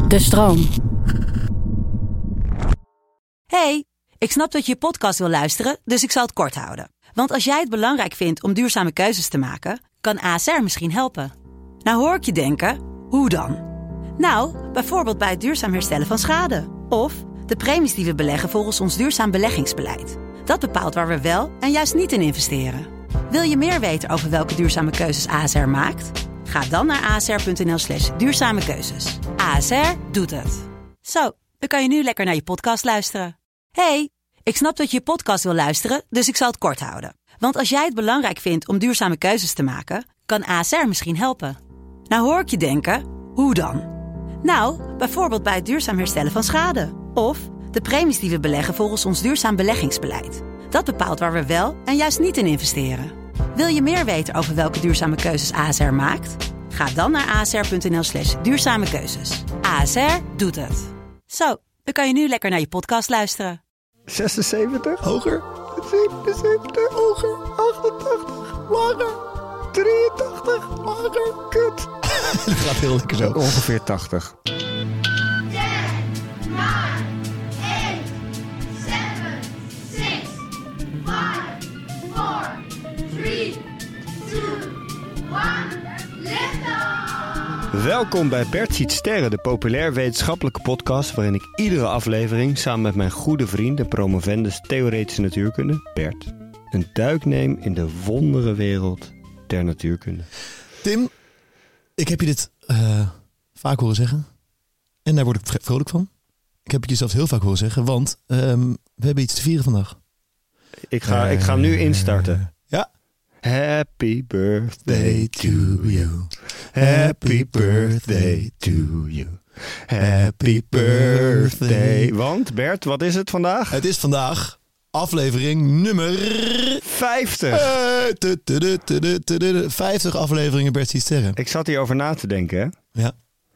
De stroom. Hey, ik snap dat je je podcast wil luisteren, dus ik zal het kort houden. Want als jij het belangrijk vindt om duurzame keuzes te maken, kan ASR misschien helpen. Nou hoor ik je denken, hoe dan? Nou, bijvoorbeeld bij het duurzaam herstellen van schade. Of de premies die we beleggen volgens ons duurzaam beleggingsbeleid. Dat bepaalt waar we wel en juist niet in investeren. Wil je meer weten over welke duurzame keuzes ASR maakt? Ga dan naar asr.nl/duurzame keuzes. ASR doet het. Zo, dan kan je nu lekker naar je podcast luisteren. Hey, ik snap dat je je podcast wil luisteren, dus ik zal het kort houden. Want als jij het belangrijk vindt om duurzame keuzes te maken, kan ASR misschien helpen. Nou hoor ik je denken, hoe dan? Nou, bijvoorbeeld bij het duurzaam herstellen van schade. Of de premies die we beleggen volgens ons duurzaam beleggingsbeleid. Dat bepaalt waar we wel en juist niet in investeren. Wil je meer weten over welke duurzame keuzes ASR maakt? Ga dan naar asr.nl/duurzame keuzes. ASR doet het. Zo, dan kan je nu lekker naar je podcast luisteren. 76, hoger. 77, hoger. 88, lager. 83, lager. Kut. Dat gaat heel lekker zo. Ongeveer 80. 10, 9, 8, 7, 6, 5, 4, 3, 2, 1, lift off! Welkom bij Bert Ziet Sterren, de populair wetenschappelijke podcast waarin ik iedere aflevering samen met mijn goede vriend en promovendus theoretische natuurkunde, Bert, een duik neem in de wonderenwereld der natuurkunde. Tim, ik heb je dit vaak horen zeggen en daar word ik vrolijk van. Ik heb het je zelfs heel vaak horen zeggen, want we hebben iets te vieren vandaag. Ik ga nu instarten. Ja. Happy birthday to you. Happy birthday to you. Happy birthday. Want Bert, wat is het vandaag? Het is vandaag aflevering nummer 50. 50 afleveringen Bert Ziet Sterren. Ik zat hierover na te denken. Hè? Ja.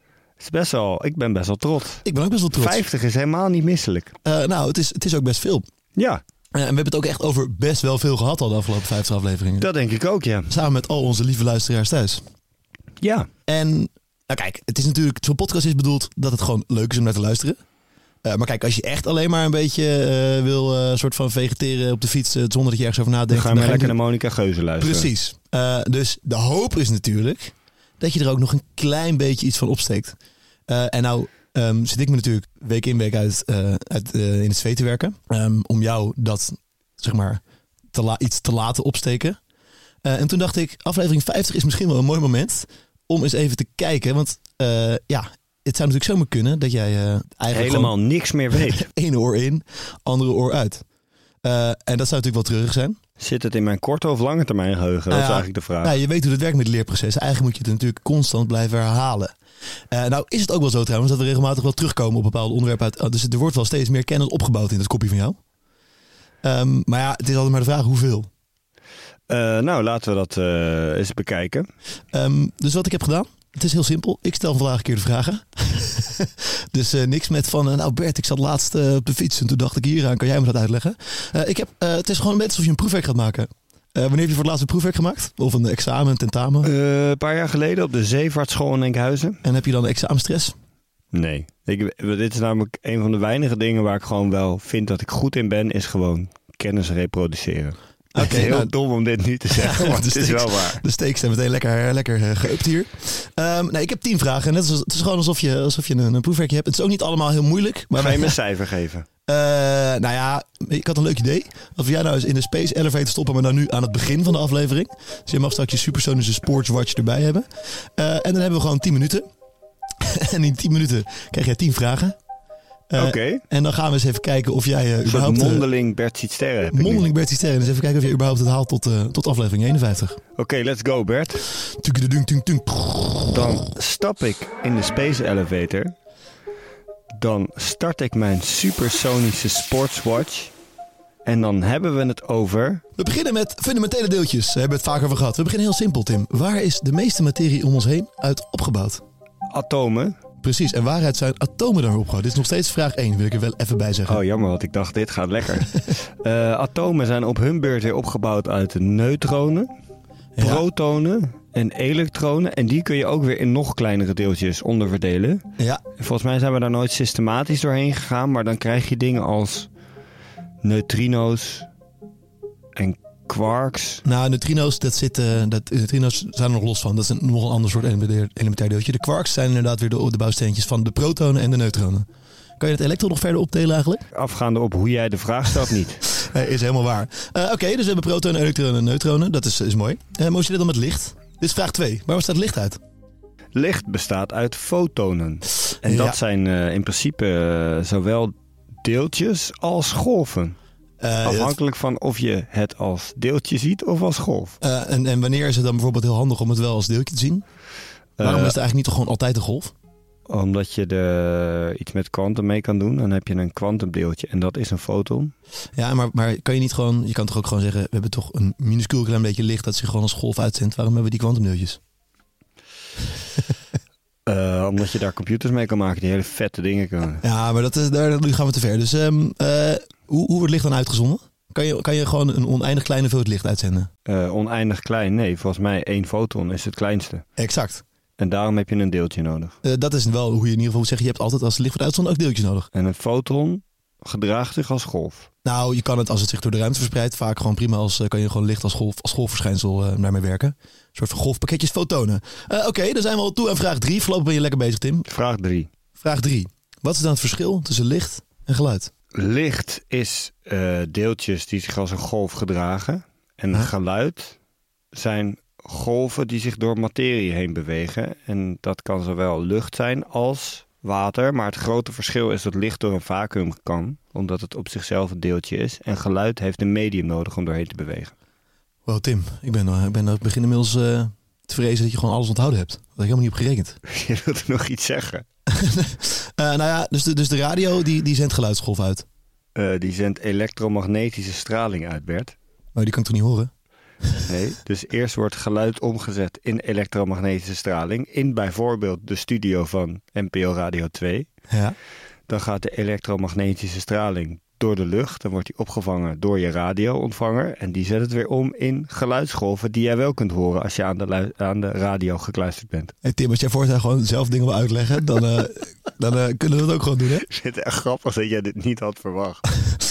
Ik ben best wel trots. Ik ben ook best wel trots. 50 is helemaal niet misselijk. Nou, het is ook best veel. Ja. En we hebben het ook echt over best wel veel gehad al de afgelopen 50 afleveringen. Dat denk ik ook, ja. Samen met al onze lieve luisteraars thuis. Ja. En nou kijk, het is natuurlijk, zo'n podcast is bedoeld dat het gewoon leuk is om naar te luisteren. Maar kijk, als je echt alleen maar een beetje wil soort van vegeteren op de fiets zonder dat je ergens over nadenkt. Dan ga je lekker naar Monica Geuze luisteren. Precies. Dus de hoop is natuurlijk dat je er ook nog een klein beetje iets van opsteekt. En nou zit ik me natuurlijk week in week uit in het zweet te werken. Om jou dat, zeg maar, iets te laten opsteken. En toen dacht ik, aflevering 50 is misschien wel een mooi moment om eens even te kijken. Want het zou natuurlijk zomaar kunnen dat jij eigenlijk helemaal niks meer weet. Ene oor in, andere oor uit. En dat zou natuurlijk wel treurig zijn. Zit het in mijn korte of lange termijn geheugen? Dat is eigenlijk de vraag. Nou, je weet hoe het werkt met het leerproces. Eigenlijk moet je het natuurlijk constant blijven herhalen. Nou is het ook wel zo trouwens dat we regelmatig wel terugkomen op bepaalde onderwerpen. Dus er wordt wel steeds meer kennis opgebouwd in het kopje van jou. Maar ja, het is altijd maar de vraag hoeveel. Nou, laten we dat eens bekijken. Dus wat ik heb gedaan, het is heel simpel. Ik stel vandaag een keer de vragen. Dus niks met van, nou Bert, ik zat laatst op de fiets en toen dacht ik hieraan, kan jij me dat uitleggen? Het is gewoon net alsof je een proefwerk gaat maken. Wanneer heb je voor het laatst een proefwerk gemaakt? Of een examen, een tentamen? Een paar jaar geleden op de Zeevaartschool in Enkhuizen. En heb je dan examenstress? Nee. Dit is namelijk een van de weinige dingen waar ik gewoon wel vind dat ik goed in ben, is gewoon kennis reproduceren. Het is heel dom om dit nu te zeggen, maar het is wel waar. De steeks zijn meteen lekker geüpt hier. Ik heb 10 vragen. En het is gewoon alsof je een proefwerkje hebt. Het is ook niet allemaal heel moeilijk. Maar ga je me een cijfer geven? Ik had een leuk idee. Als we jij nou eens in de Space Elevator stoppen, maar dan nu aan het begin van de aflevering. Dus je mag straks je supersonische sportswatch erbij hebben. En dan hebben we gewoon 10 minuten. En in 10 minuten krijg jij 10 vragen. Oké. En dan gaan we eens even kijken of jij überhaupt... mondeling Bert Ziet Sterren. Mondeling Bert Ziet Sterren. Dus even kijken of je überhaupt het haalt tot aflevering 51. Oké, let's go Bert. Dan stap ik in de Space Elevator. Dan start ik mijn supersonische sportswatch. En dan hebben we het over... We beginnen met fundamentele deeltjes. Daar hebben we het vaker over gehad. We beginnen heel simpel, Tim. Waar is de meeste materie om ons heen uit opgebouwd? Atomen. Precies, en waaruit zijn atomen dan opgebouwd? Dit is nog steeds vraag 1, wil ik er wel even bij zeggen. Oh, jammer, want ik dacht, dit gaat lekker. Atomen zijn op hun beurt weer opgebouwd uit neutronen. Ja. protonen en elektronen. En die kun je ook weer in nog kleinere deeltjes onderverdelen. Ja. Volgens mij zijn we daar nooit systematisch doorheen gegaan. Maar dan krijg je dingen als neutrino's en quarks. Nou, neutrino's, neutrino's zijn er nog los van. Dat is nog een ander soort elementair deeltje. De quarks zijn inderdaad weer de bouwsteentjes van de protonen en de neutronen. Kan je het elektron nog verder opdelen eigenlijk? Afgaande op hoe jij de vraag stelt, niet. Nee, is helemaal waar. Oké, dus we hebben protonen, elektronen en neutronen. Dat is mooi. Maar hoe zit het dan met licht? Dit is vraag 2. Waar bestaat licht uit? Licht bestaat uit fotonen. En dat zijn in principe zowel deeltjes als golven. Afhankelijk van of je het als deeltje ziet of als golf. En wanneer is het dan bijvoorbeeld heel handig om het wel als deeltje te zien? Waarom is het eigenlijk niet toch gewoon altijd een golf? Omdat je er iets met kwantum mee kan doen. Dan heb je een kwantumdeeltje en dat is een foton. Ja, maar kan je niet gewoon... Je kan toch ook gewoon zeggen... We hebben toch een minuscuul klein beetje licht dat zich gewoon als golf uitzendt. Waarom hebben we die kwantumdeeltjes? Omdat je daar computers mee kan maken die hele vette dingen kunnen. Ja, maar nu gaan we te ver. Dus hoe wordt licht dan uitgezonden? Kan je gewoon een oneindig kleine hoeveelheid licht uitzenden? Oneindig klein? Nee, volgens mij 1 foton is het kleinste. Exact. En daarom heb je een deeltje nodig. Dat is wel hoe je in ieder geval moet zeggen. Je hebt altijd als het licht wordt uitgezonden ook deeltjes nodig. En een foton gedraagt zich als golf. Nou, je kan het als het zich door de ruimte verspreidt vaak gewoon prima kan je gewoon licht als golfverschijnsel daarmee werken. Een soort van golfpakketjes fotonen. Oké, dan zijn we al toe aan vraag 3. Voorlopig ben je lekker bezig, Tim. Vraag 3. Vraag 3. Wat is dan het verschil tussen licht en geluid? Licht is deeltjes die zich als een golf gedragen. En geluid zijn golven die zich door materie heen bewegen. En dat kan zowel lucht zijn als water. Maar het grote verschil is dat licht door een vacuüm kan. Omdat het op zichzelf een deeltje is. En geluid heeft een medium nodig om doorheen te bewegen. Wow, Tim. Ik begin inmiddels te vrezen dat je gewoon alles onthouden hebt. Daar had ik helemaal niet op gerekend. Je wilt er nog iets zeggen? Nou ja, dus de radio die zendt geluidsgolf uit. Die zendt elektromagnetische straling uit, Bert. Maar die kan ik toch niet horen? Nee, dus eerst wordt geluid omgezet in elektromagnetische straling. In bijvoorbeeld de studio van NPO Radio 2. Ja. Dan gaat de elektromagnetische straling door de lucht. Dan wordt die opgevangen door je radioontvanger. En die zet het weer om in geluidsgolven die jij wel kunt horen als je aan de radio gekluisterd bent. Hey Tim, als jij voortaan gewoon zelf dingen wil uitleggen, dan kunnen we dat ook gewoon doen, hè? Ik vind het echt grappig dat jij dit niet had verwacht.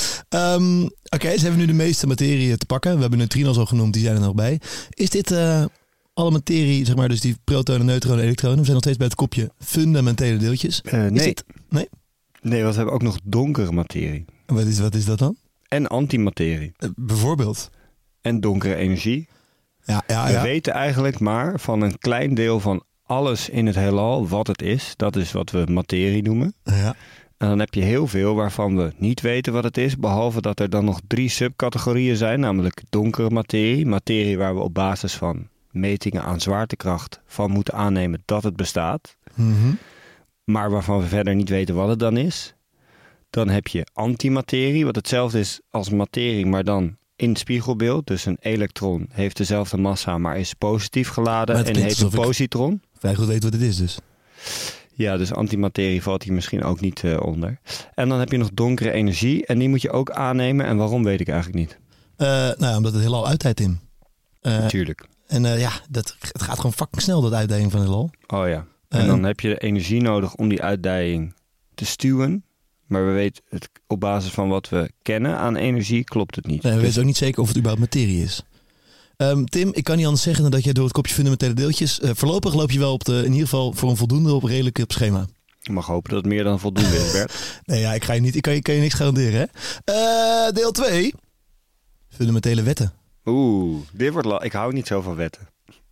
Oké, ze hebben nu de meeste materie te pakken. We hebben neutrino's al genoemd, die zijn er nog bij. Is dit alle materie, zeg maar, dus die protonen, neutronen, elektronen? We zijn nog steeds bij het kopje fundamentele deeltjes. Nee. Nee? Nee, want we hebben ook nog donkere materie. Wat is dat dan? En antimaterie. Bijvoorbeeld? En donkere energie. Ja. We weten eigenlijk maar van een klein deel van alles in het heelal wat het is. Dat is wat we materie noemen. Ja. En dan heb je heel veel waarvan we niet weten wat het is. Behalve dat er dan nog 3 subcategorieën zijn. Namelijk donkere materie. Materie waar we op basis van metingen aan zwaartekracht van moeten aannemen dat het bestaat. Mm-hmm. Maar waarvan we verder niet weten wat het dan is. Dan heb je antimaterie, wat hetzelfde is als materie, maar dan in spiegelbeeld. Dus een elektron heeft dezelfde massa, maar is positief geladen en heeft een positron. Vrij goed weten wat het is dus. Ja, dus antimaterie valt hier misschien ook niet onder. En dan heb je nog donkere energie en die moet je ook aannemen. En waarom weet ik eigenlijk niet. Omdat het heelal uittijdt, Tim. Natuurlijk. En het gaat gewoon fucking snel, dat uitdijing van het heelal. Oh ja. En dan heb je de energie nodig om die uitdijing te stuwen. Maar we weten het op basis van wat we kennen aan energie klopt het niet. Nee, we weten ook niet zeker of het überhaupt materie is. Tim, ik kan niet anders zeggen dan dat jij door het kopje fundamentele deeltjes... voorlopig loop je wel in ieder geval voor een voldoende redelijk op schema. Ik mag hopen dat het meer dan voldoende is, Bert. Nee, ja, ik kan je niks garanderen, hè? Deel 2. Fundamentele wetten. Dit wordt ik hou niet zo van wetten.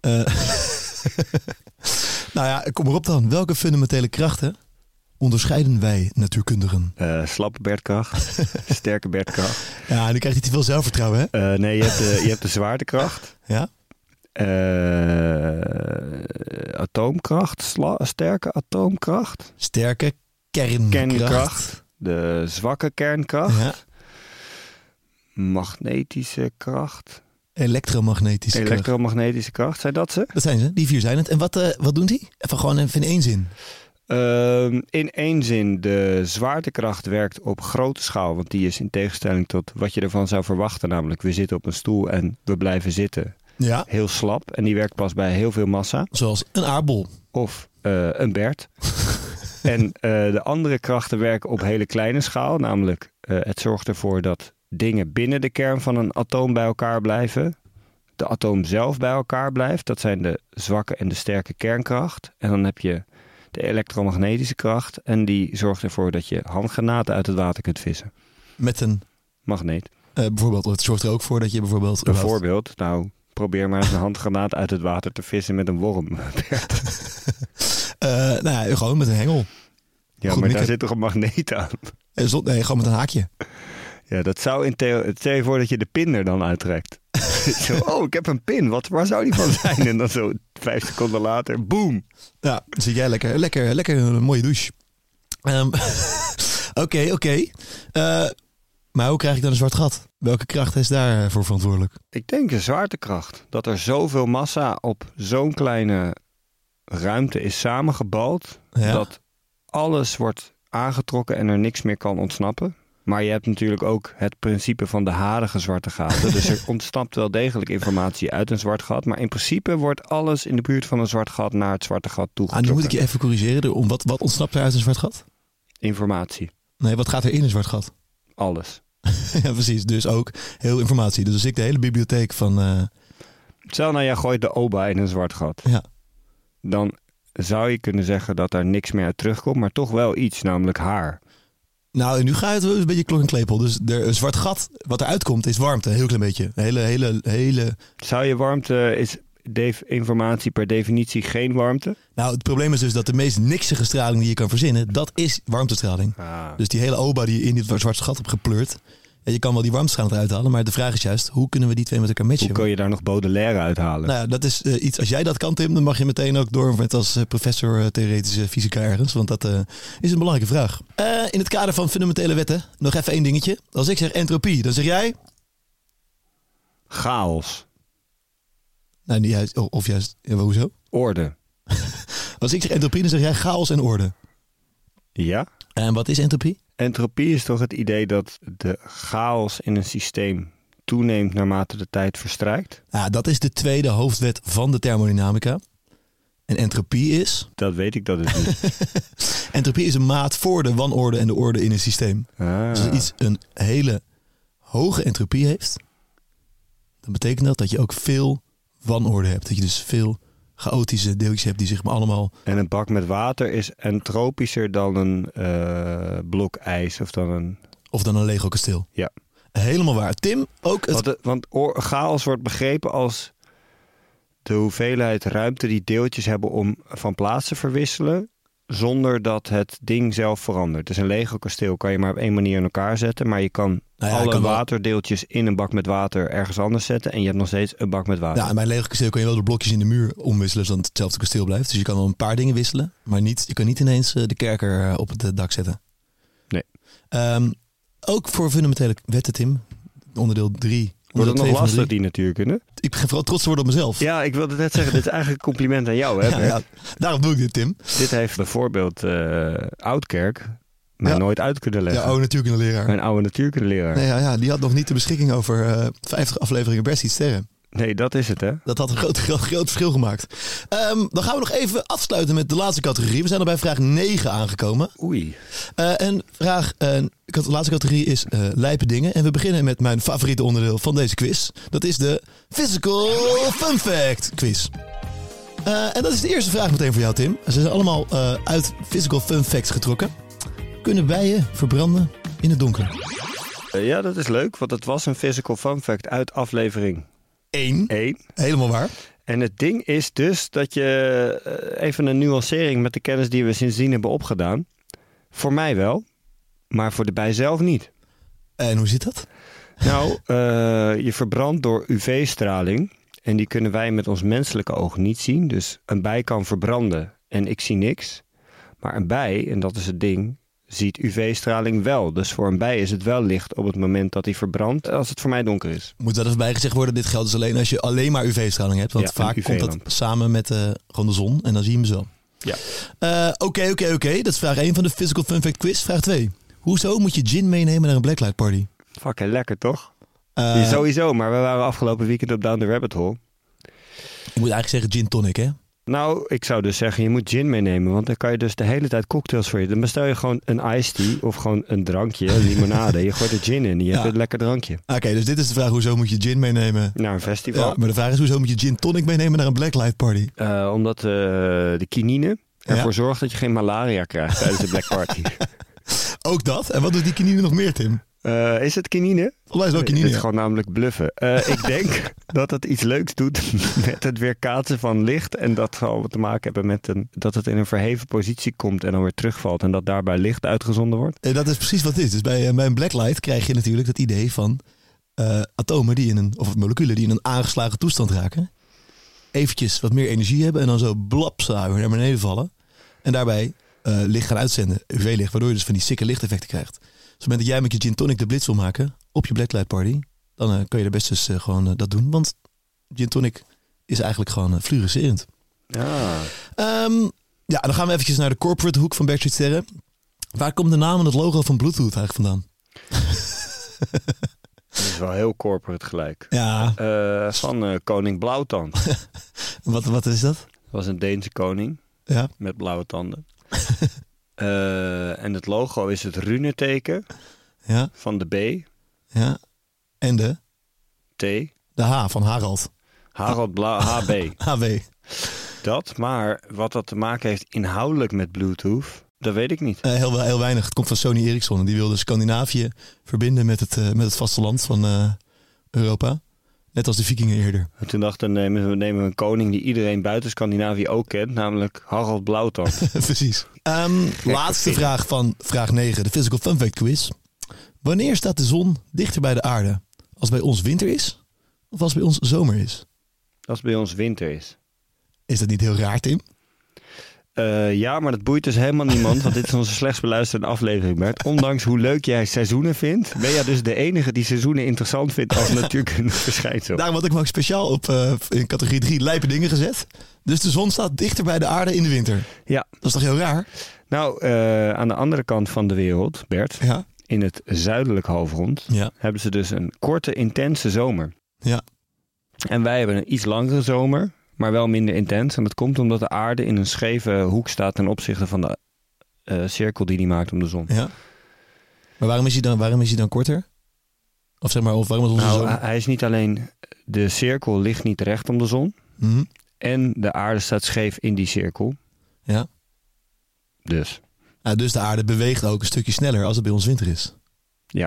Nou ja, kom maar op dan. Welke fundamentele krachten onderscheiden wij natuurkundigen? Slappe Bertkracht, sterke Bertkracht. Ja, en nu krijg je te veel zelfvertrouwen, hè? Nee, je hebt de zwaartekracht. Ja? Atoomkracht, sterke atoomkracht. Sterke kernkracht. De zwakke kernkracht. Ja. Magnetische kracht. Elektromagnetische kracht, zijn dat ze? Dat zijn ze, die 4 zijn het. En wat doen die? Even in 1 zin. In 1 zin, de zwaartekracht werkt op grote schaal. Want die is in tegenstelling tot wat je ervan zou verwachten. Namelijk, we zitten op een stoel en we blijven zitten. Ja, Heel slap. En die werkt pas bij heel veel massa. zoals een aardbol. Of een Bert. En de andere krachten werken op hele kleine schaal. Namelijk, het zorgt ervoor dat dingen binnen de kern van een atoom bij elkaar blijven. De atoom zelf bij elkaar blijft. Dat zijn de zwakke en de sterke kernkracht. En dan heb je de elektromagnetische kracht. En die zorgt ervoor dat je handgranaten uit het water kunt vissen. Met een, Magneet. bijvoorbeeld, het zorgt er ook voor dat je bijvoorbeeld... Bijvoorbeeld, nou, probeer maar eens een handgranaat uit het water te vissen met een worm. nou ja, gewoon met een hengel. Ja, Goed, maar ik daar heb- zit toch een magneet aan? Nee, gewoon met een haakje. Ja, dat zou in theorie... Stel je voor dat je de pin er dan uittrekt. Zo, oh, ik heb een pin. Waar zou die van zijn? En dan zo 5 seconden later, boom. Ja, dan zit jij lekker een mooie douche. Oké. Maar hoe krijg ik dan een zwart gat? Welke kracht is daarvoor verantwoordelijk? Ik denk de zwaartekracht. Dat er zoveel massa op zo'n kleine ruimte is samengebald. Ja. Dat alles wordt aangetrokken en er niks meer kan ontsnappen. Maar je hebt natuurlijk ook het principe van de harige zwarte gaten. Dus er ontsnapt wel degelijk informatie uit een zwart gat. Maar in principe wordt alles in de buurt van een zwart gat naar het zwarte gat Nu toegetrokken. moet ik je even corrigeren. Wat ontsnapt er uit een zwart gat? Informatie. Nee, wat gaat er in een zwart gat? Alles. Ja, precies. Dus ook heel informatie. Dus als ik de hele bibliotheek van... Stel nou, jij gooit de OBA in een zwart gat. Ja. Dan zou je kunnen zeggen dat daar niks meer uit terugkomt. Maar toch wel iets, namelijk haar. Nou, en nu gaat het wel een beetje klok en klepel. Dus een zwart gat, wat eruit komt, is warmte. Een heel klein beetje. Hele... Zou je warmte... Is informatie per definitie geen warmte? Nou, het probleem is dus dat de meest niksige straling die je kan verzinnen, dat is warmtestraling. Dus die hele OBA die je in dit zwarte gat hebt gepleurd. Ja, je kan wel die warmtestraling eruit halen, maar de vraag is juist, hoe kunnen we die twee met elkaar matchen? Hoe kan je daar nog Baudelaire uithalen? Nou ja, dat is iets, als jij dat kan, Tim, dan mag je meteen ook door met als professor theoretische fysica ergens. Want dat is een belangrijke vraag. In het kader van fundamentele wetten, nog even één dingetje. Als ik zeg entropie, dan zeg jij... Chaos. Nou, niet juist, of juist, ja, hoezo? Orde. Als ik zeg entropie, dan zeg jij chaos en orde. Ja? En wat is entropie? Entropie is toch het idee dat de chaos in een systeem toeneemt naarmate de tijd verstrijkt? Ja, dat is de tweede hoofdwet van de thermodynamica. En entropie is... Dat weet ik dat het niet. Entropie is een maat voor de wanorde en de orde in een systeem. Ah. Dus als iets een hele hoge entropie heeft, dan betekent dat je ook veel wanorde hebt. Dat je dus veel chaotische deeltjes hebt die zich maar allemaal... En een bak met water is entropischer dan een blok ijs of dan een... Of dan een Lego kasteel. Ja. Helemaal waar. Tim, ook het... Want chaos wordt begrepen als de hoeveelheid ruimte die deeltjes hebben om van plaats te verwisselen, zonder dat het ding zelf verandert. Dus een Lego kasteel kan je maar op één manier in elkaar zetten, maar je kan Nou ja, alle kan wel- waterdeeltjes in een bak met water ergens anders zetten en je hebt nog steeds een bak met water. Ja, en bij een Lego kasteel kan je wel de blokjes in de muur omwisselen, zodat het hetzelfde kasteel blijft. Dus je kan wel een paar dingen wisselen, maar je kan niet ineens de kerker op het dak zetten. Nee. Ook voor fundamentele wetten, Tim. Onderdeel 3. Wordt het nog 2 van de lastig, 3. die natuurkunde? Ik begin vooral trots te worden op mezelf. Ja, ik wilde net zeggen, dit is eigenlijk een compliment aan jou. Hè, Ja, Bert? daarom doe ik dit, Tim. Dit heeft bijvoorbeeld Oudkerk mij Ja. nooit uit kunnen leggen. Ja, oude natuurkunde leraar. Mijn oude natuurkundeleraar. Nee, ja, die had nog niet de beschikking over 50 afleveringen Best Iets Sterren. Nee, dat is het, hè? Dat had een groot verschil gemaakt. Dan gaan we nog even afsluiten met de laatste categorie. We zijn al bij vraag 9 aangekomen. Oei. En de laatste categorie is lijpe dingen. En we beginnen met mijn favoriete onderdeel van deze quiz. Dat is de Physical Fun Fact quiz. En dat is de eerste vraag meteen voor jou, Tim. Ze zijn allemaal uit Physical Fun Facts getrokken. Kunnen bijen verbranden in het donker? Ja, dat is leuk, want het was een physical fun fact uit aflevering 1. 1. Helemaal waar. En het ding is dus dat je even een nuancering met de kennis die we sindsdien hebben opgedaan. Voor mij wel, maar voor de bij zelf niet. En hoe zit dat? Nou, je verbrandt door UV-straling en die kunnen wij met ons menselijke oog niet zien. Dus een bij kan verbranden en ik zie niks. Maar een bij, en dat is het ding, ziet UV-straling wel. Dus voor een bij is het wel licht op het moment dat hij verbrandt, als het voor mij donker is. Moet dat even bijgezegd worden, dit geldt dus alleen als je alleen maar UV-straling hebt. Want Ja, vaak een komt dat UV-lamp. samen met gewoon de zon en dan zie je hem zo. Ja. Oké. Dat is vraag 1 van de Physical Fun Fact quiz. Vraag 2. Hoezo moet je gin meenemen naar een blacklight party? Fucking lekker, toch? Ja, sowieso, maar we waren afgelopen weekend op Down the Rabbit Hole. Ik moet eigenlijk zeggen gin tonic, hè? Nou, ik zou dus zeggen, je moet gin meenemen. Want dan kan je dus de hele tijd cocktails voor je. Dan bestel je gewoon een iced tea of gewoon een drankje, een limonade. Je gooit er gin in en je hebt een lekker drankje. Oké, dus dit is de vraag, hoezo moet je gin meenemen? Naar een festival. Ja, maar de vraag is, hoezo moet je gin tonic meenemen naar een blacklight party? Omdat de kinine ervoor zorgt dat je geen malaria krijgt tijdens de black party. Ook dat? En wat doet die kinine nog meer, Tim? Is het kinine? Volgens mij is het ook kinine. Het is gewoon namelijk bluffen. Ik denk dat het iets leuks doet met het weerkaatsen van licht. En dat zal te maken hebben met dat het in een verheven positie komt en dan weer terugvalt. En dat daarbij licht uitgezonden wordt. Dat is precies wat het is. Dus bij een blacklight krijg je natuurlijk dat idee van atomen of moleculen die in een aangeslagen toestand raken. Eventjes wat meer energie hebben en dan zo blap naar beneden vallen. En daarbij licht gaan uitzenden, UV-licht, waardoor je dus van die sikke lichteffecten krijgt. Dus op het moment dat jij met je gin tonic de blitz wil maken op je blacklight party, dan kun je er best dus gewoon dat doen. Want gin tonic is eigenlijk gewoon fluorescerend. Dan gaan we eventjes naar de corporate hoek van Backstreet Sterren. Waar komt de naam en het logo van Bluetooth eigenlijk vandaan? Dat is wel heel corporate gelijk. Ja. Van koning Blauwtand. Wat is dat? Dat was een Deense koning met blauwe tanden. En het logo is het runeteken van de B. Ja. En de? T. De H van Harald. Harald HB. HB. Dat, maar wat dat te maken heeft inhoudelijk met Bluetooth, dat weet ik niet. Heel weinig. Het komt van Sony Ericsson. En die wilde Scandinavië verbinden met het vasteland van Europa. Net als de vikingen eerder. En toen dachten we nemen een koning die iedereen buiten Scandinavië ook kent, namelijk Harald Blauwtand. Precies. Laatste vraag van vraag 9, de Physical Fun Fact Quiz. Wanneer staat de zon dichter bij de aarde? Als bij ons winter is? Of als bij ons zomer is? Als bij ons winter is. Is dat niet heel raar, Tim? Ja, maar dat boeit dus helemaal niemand, want dit is onze slechtst beluisterde aflevering, Bert. Ondanks hoe leuk jij seizoenen vindt, ben jij dus de enige die seizoenen interessant vindt als natuurkundig verschijnsel. Daarom had ik me ook speciaal in categorie 3 lijpe dingen gezet. Dus de zon staat dichter bij de aarde in de winter. Ja. Dat is toch heel raar? Nou, aan de andere kant van de wereld, Bert, in het zuidelijk halfrond, hebben ze dus een korte, intense zomer. Ja. En wij hebben een iets langere zomer, maar wel minder intens. En dat komt omdat de aarde in een scheve hoek staat ten opzichte van de cirkel die maakt om de zon. Ja. Maar waarom is hij dan korter? Of zeg maar, waarom is onze zon? Hij is niet alleen, de cirkel ligt niet recht om de zon. Mm-hmm. En de aarde staat scheef in die cirkel. Ja. Dus. Dus de aarde beweegt ook een stukje sneller als het bij ons winter is. Ja.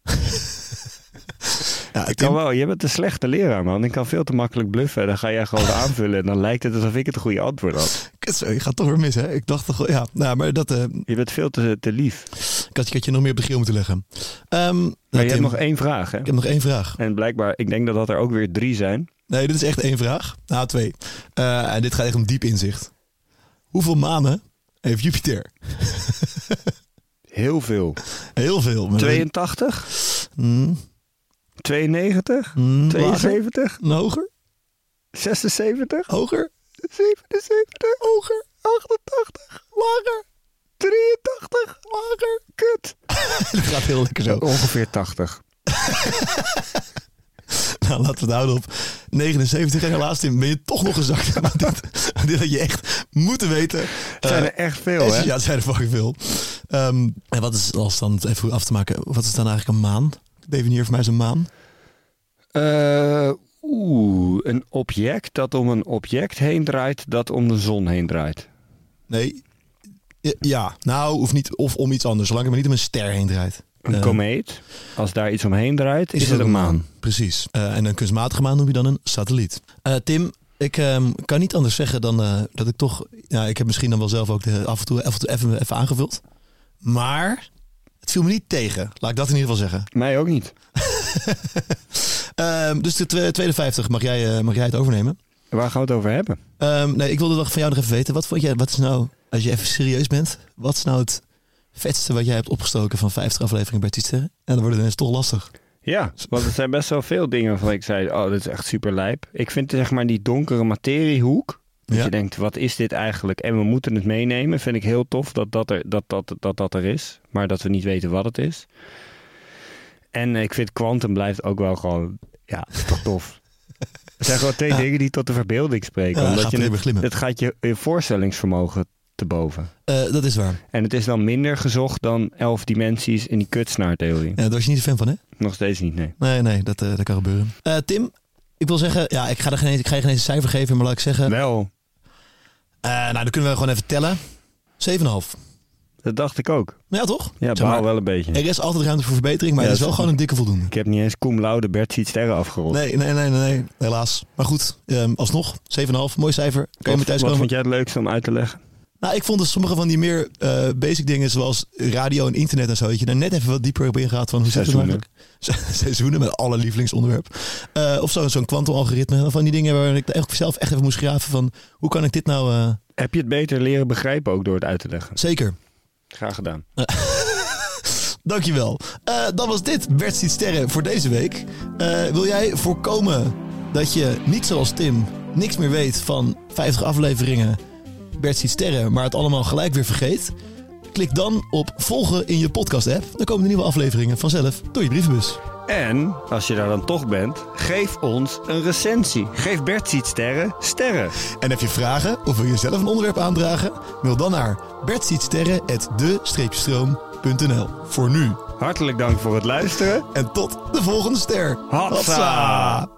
Ik kan wel. Je bent een slechte leraar, man. Ik kan veel te makkelijk bluffen. Dan ga jij gewoon aanvullen en dan lijkt het alsof ik het goede antwoord had. Je gaat toch weer mis, hè? Ik dacht toch, maar dat... Je bent veel te lief. Ik had je nog meer op de grill moeten leggen. Maar je hebt nog 1 vraag, hè? Ik heb nog 1 vraag. En blijkbaar, ik denk dat er ook weer 3 zijn. Nee, dit is echt 1 vraag. Nou, 2. En dit gaat echt om diep inzicht. Hoeveel manen heeft Jupiter? Heel veel. Heel veel. 82? 92? 72? Hoger? 76? Hoger? 77? Hoger? 88? Lager? 83? Lager? Kut. Dat gaat heel lekker zo. Ongeveer 80. Nou, laten we het houden op 79. En helaas, Tim, ben je toch nog gezakt. Dit had je echt moeten weten. Het zijn er echt veel, hè? Ja, het zijn er fucking veel. En wat is, als dan even af te maken, wat is dan eigenlijk een maan? Definieer voor mij eens een maan. Een object dat om een object heen draait dat om de zon heen draait. Nee. Ja, nou, of niet, of om iets anders. Zolang het maar niet om een ster heen draait. Een komeet, als daar iets omheen draait, is het een maan. Precies. En een kunstmatige maan noem je dan een satelliet. Tim, ik kan niet anders zeggen dan dat ik toch... Ja, ik heb misschien dan wel zelf ook af en toe even aangevuld. Maar het viel me niet tegen. Laat ik dat in ieder geval zeggen. Mij ook niet. Dus de tweede 50 mag jij het overnemen. Waar gaan we het over hebben? Nee, ik wilde van jou nog even weten. Wat is nou, als je even serieus bent, wat is nou het vetste wat jij hebt opgestoken van 50 afleveringen bij Tietster? En dan wordt het ineens toch lastig. Ja, want het zijn best wel veel dingen waarvan ik zei, dit is echt super lijp. Ik vind zeg maar die donkere materiehoek, dat je denkt, wat is dit eigenlijk? En we moeten het meenemen, vind ik heel tof dat er is. Maar dat we niet weten wat het is. En ik vind quantum blijft ook wel gewoon, ja, toch tof. Het zijn gewoon twee dingen die tot de verbeelding spreken. Ja, omdat gaat je er weer glimmen. het gaat je voorstellingsvermogen te boven. Dat is waar. En het is dan minder gezocht dan 11 dimensies in die kutsnaartheorie. Ja, daar was je niet een fan van, hè? Nog steeds niet, nee. Nee, dat kan gebeuren. Tim, ik wil zeggen... Ja, ik ga je geen eens een cijfer geven, maar laat ik zeggen... Wel, dan kunnen we gewoon even tellen. 7,5. dat dacht ik ook. Ja, toch? Ja, Zeg maar, baal wel een beetje. er is altijd ruimte voor verbetering, maar Ja, het is dat wel is- gewoon een dikke voldoende. Ik heb niet eens cum laude Bert ziet sterren afgerond. Nee, helaas. Maar goed, alsnog, 7,5, mooi cijfer. Kan je mee Wat thuiskomen? vond jij het leukste om uit te leggen? Nou, ik vond dus sommige van die meer basic dingen, zoals radio en internet en zo, dat je daar net even wat dieper op ingaat van hoe zit het nou eigenlijk? Seizoenen met alle lievelingsonderwerp. Of zo'n kwantumalgoritme, van die dingen waar ik echt zelf echt even moest graven van, hoe kan ik dit nou... Heb je het beter leren begrijpen ook door het uit te leggen? Zeker. Graag gedaan. Dankjewel. Dan was dit Bert ziet sterren voor deze week. Wil jij voorkomen dat je niet zoals Tim niks meer weet van 50 afleveringen Bert ziet sterren, maar het allemaal gelijk weer vergeet? Klik dan op volgen in je podcast app. Dan komen de nieuwe afleveringen vanzelf door je brievenbus. En, als je daar dan toch bent, geef ons een recensie. Geef Bert ziet sterren sterren. En heb je vragen of wil je zelf een onderwerp aandragen? Mail dan naar bertzietsterren@de-stroom.nl. Voor nu. Hartelijk dank voor het luisteren. En tot de volgende ster. Hatsa!